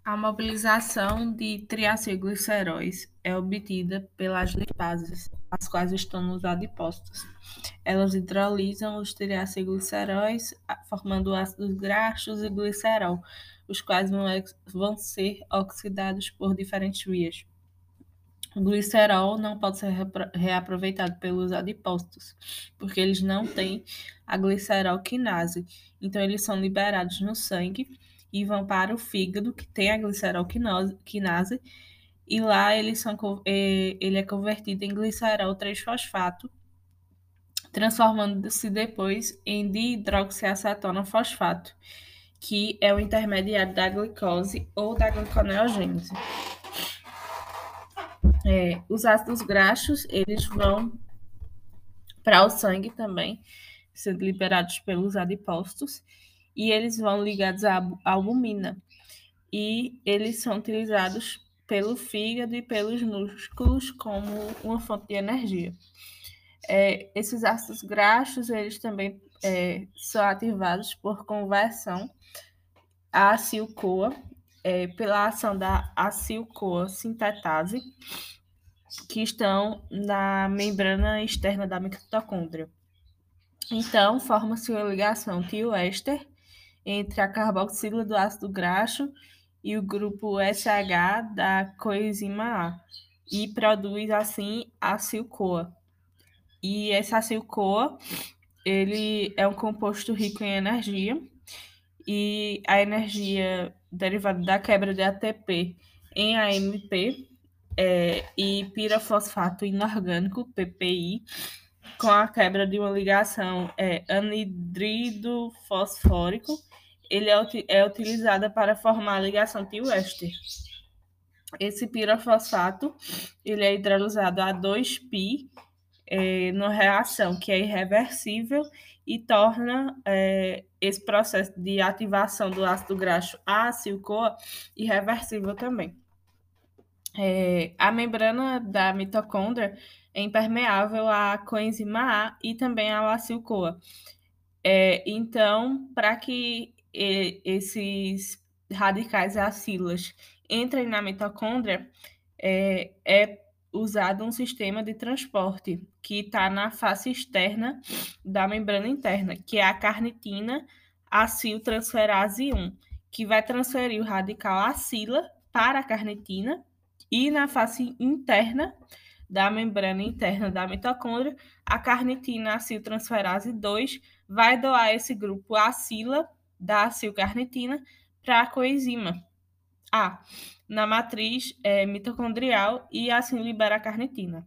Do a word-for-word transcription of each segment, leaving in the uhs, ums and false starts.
A mobilização de triacilgliceróis é obtida pelas lipases, as quais estão nos adipócitos. Elas hidrolisam os triacilgliceróis, formando ácidos graxos e glicerol, os quais vão, vão ser oxidados por diferentes vias. O glicerol não pode ser reaproveitado pelos adipócitos, porque eles não têm a glicerol-quinase. Então, eles são liberados no sangue e vão para o fígado, que tem a glicerol-quinase, e lá eles são, ele é convertido em glicerol três fosfato, transformando-se depois em dihidroxiacetona fosfato, que é o intermediário da glicose ou da gliconeogênese. É, os ácidos graxos, eles vão para o sangue também, sendo liberados pelos adipócitos, e eles vão ligados à albumina, e eles são utilizados pelo fígado e pelos músculos como uma fonte de energia. É, esses ácidos graxos, eles também é, são ativados por conversão à acil-CoA, é, pela ação da acil-CoA sintetase, que estão na membrana externa da mitocôndria. Então, forma-se uma ligação tioéster entre a carboxila do ácido graxo e o grupo S H da coenzima A, e produz, assim, a acil-CoA. E essa acil-CoA, ele é um composto rico em energia, e a energia derivada da quebra de A T P em A M P é, e pirofosfato inorgânico, P P I, com a quebra de uma ligação é, anidrido fosfórico, ele é, é utilizada para formar a ligação tioéster. Esse pirofosfato, ele é hidrolisado a dois pi é, numa reação que é irreversível e torna é, esse processo de ativação do ácido graxo a acil-CoA irreversível também. É, a membrana da mitocôndria é impermeável à coenzima A e também ao acil-CoA. É, então, para que e, esses radicais acilas entrem na mitocôndria, é, é usado um sistema de transporte que está na face externa da membrana interna, que é a carnitina aciltransferase um, que vai transferir o radical acila para a carnitina, e na face interna da membrana interna da mitocôndria, a carnitina aciltransferase dois vai doar esse grupo acila da acilcarnitina para a coenzima A na matriz é, mitocondrial, e assim libera a carnitina.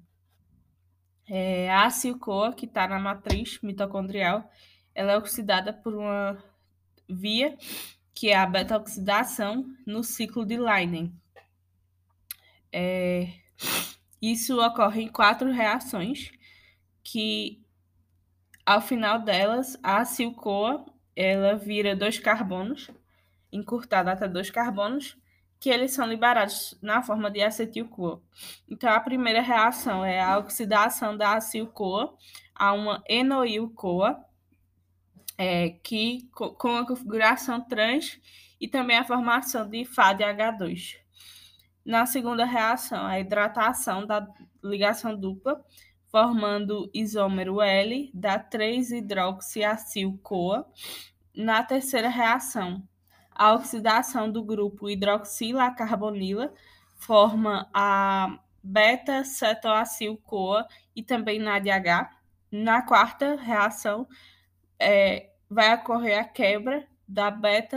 É, a acil-CoA, que está na matriz mitocondrial, ela é oxidada por uma via que é a beta-oxidação no ciclo de Leiden. É, isso ocorre em quatro reações, que ao final delas, a acil-CoA ela vira dois carbonos, encurtada até dois carbonos, que eles são liberados na forma de acetil-CoA. Então, a primeira reação é a oxidação da acil-CoA a uma enoil-CoA, é, que, com a configuração trans e também a formação de F A D H dois. Na segunda reação, a hidratação da ligação dupla, formando isômero L da três hidroxiacil-CoA. Na terceira reação, a oxidação do grupo hidroxila-carbonila forma a beta-cetoacil-CoA e também N A D H. Na quarta reação, é, vai ocorrer a quebra da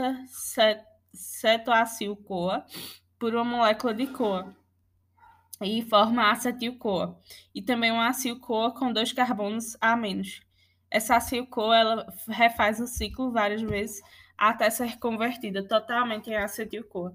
beta-cetoacil-CoA por uma molécula de CoA e forma a acetil-CoA, e também uma acil-CoA com dois carbonos a menos. Essa acil-CoA ela refaz o ciclo várias vezes até ser convertida totalmente em acetil-CoA.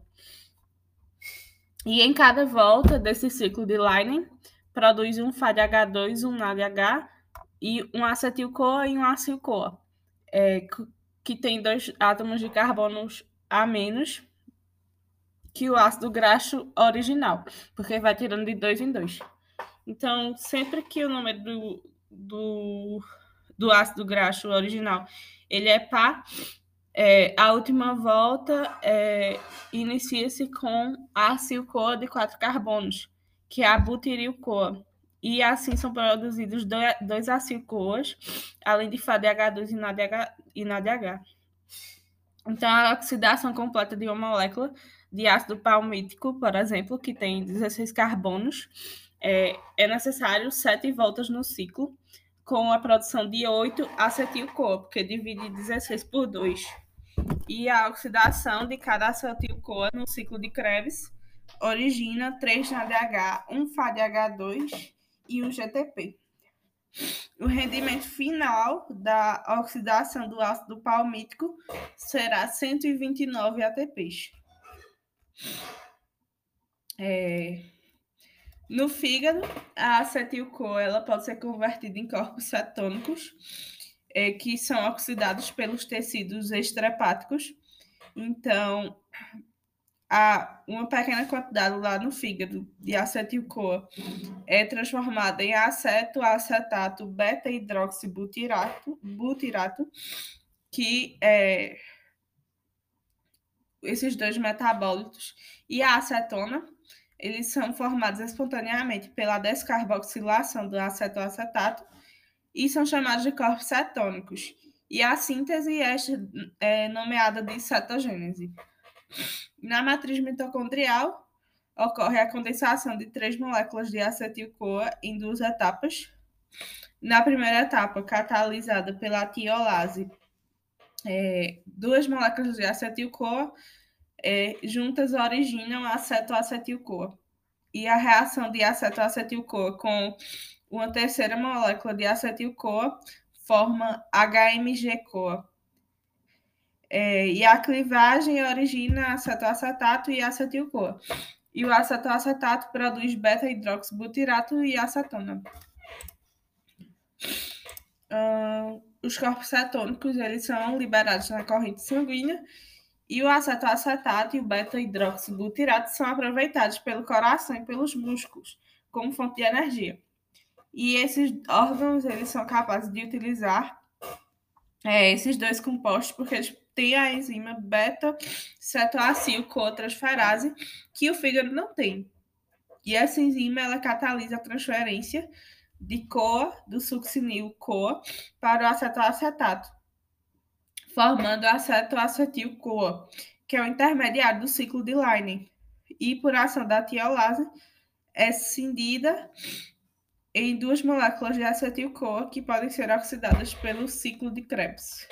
E em cada volta desse ciclo de Leiden, produz um F A D H dois, um N A D H e um acetil-CoA e um acil-CoA, é, que tem dois átomos de carbonos a menos que o ácido graxo original, porque vai tirando de dois em dois. Então, sempre que o número do, do, do ácido graxo original ele é par, É, a última volta é, inicia-se com a acil-CoA de quatro carbonos, que é a butiril-CoA. E assim são produzidos dois, dois acil-CoAs, além de F A D H dois e N A D H. E N A D H. Então, a oxidação completa de uma molécula de ácido palmítico, por exemplo, que tem dezesseis carbonos, é, é necessário sete voltas no ciclo, com a produção de oito acetil-CoA, porque divide dezesseis por dois. E a oxidação de cada acetil-CoA no ciclo de Krebs origina três N A D H, um F A D H dois e um G T P. O rendimento final da oxidação do ácido palmítico será cento e vinte e nove A T Ps. É... No fígado, a acetil-CoA ela pode ser convertida em corpos cetônicos, é, que são oxidados pelos tecidos extrahepáticos. Então, há uma pequena quantidade lá no fígado de acetil-CoA é transformada em aceto, acetato, beta-hidroxibutirato, butirato, que é, esses dois metabólitos, e a acetona, eles são formados espontaneamente pela descarboxilação do acetoacetato e são chamados de corpos cetônicos. E a síntese é nomeada de cetogênese. Na matriz mitocondrial, ocorre a condensação de três moléculas de acetil-CoA em duas etapas. Na primeira etapa, catalisada pela tiolase, é, duas moléculas de acetil-CoA é, juntas originam acetoacetil-CoA. E a reação de acetoacetil-CoA com uma terceira molécula de acetil-CoA forma H M G-CoA. É, e a clivagem origina acetoacetato e acetil-CoA. E o acetoacetato produz beta-hidroxibutirato e acetona. Uh, os corpos cetônicos eles são liberados na corrente sanguínea e o acetoacetato e o beta-hidroxibutirato são aproveitados pelo coração e pelos músculos como fonte de energia. E esses órgãos eles são capazes de utilizar é, esses dois compostos porque eles têm a enzima beta-cetoacil-CoA transferase que o fígado não tem. E essa enzima ela catalisa a transferência de CoA, do succinil-CoA, para o acetoacetato, formando acetoacetil-CoA, que é o intermediário do ciclo de Leiden. E por ação da tiolase, é cindida em duas moléculas de acetil-CoA que podem ser oxidadas pelo ciclo de Krebs.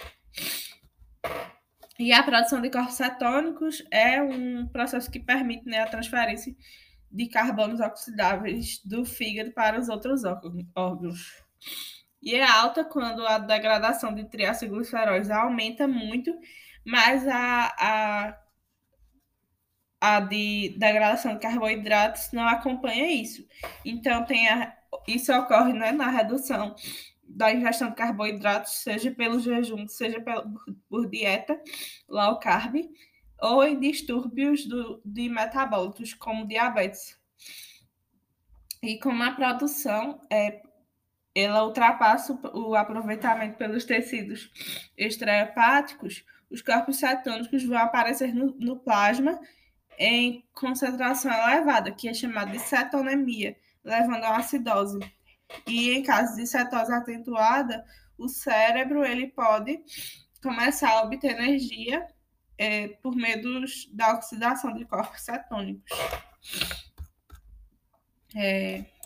E a produção de corpos cetônicos é um processo que permite, né, a transferência de carbonos oxidáveis do fígado para os outros órgãos. E é alta quando a degradação de triacilgliceróis aumenta muito, mas a, a, a de degradação de carboidratos não acompanha isso. Então, tem a, isso ocorre, né, na redução da ingestão de carboidratos, seja pelo jejum, seja pelo, por dieta low carb, ou em distúrbios do, de metabólitos, como diabetes. E como a produção é, ela ultrapassa o, o aproveitamento pelos tecidos extrahepáticos, os corpos cetônicos vão aparecer no, no plasma em concentração elevada, que é chamada de cetonemia, levando a acidose. E em caso de cetose acentuada, o cérebro ele pode começar a obter energia é, por meio dos, da oxidação de corpos cetônicos. É,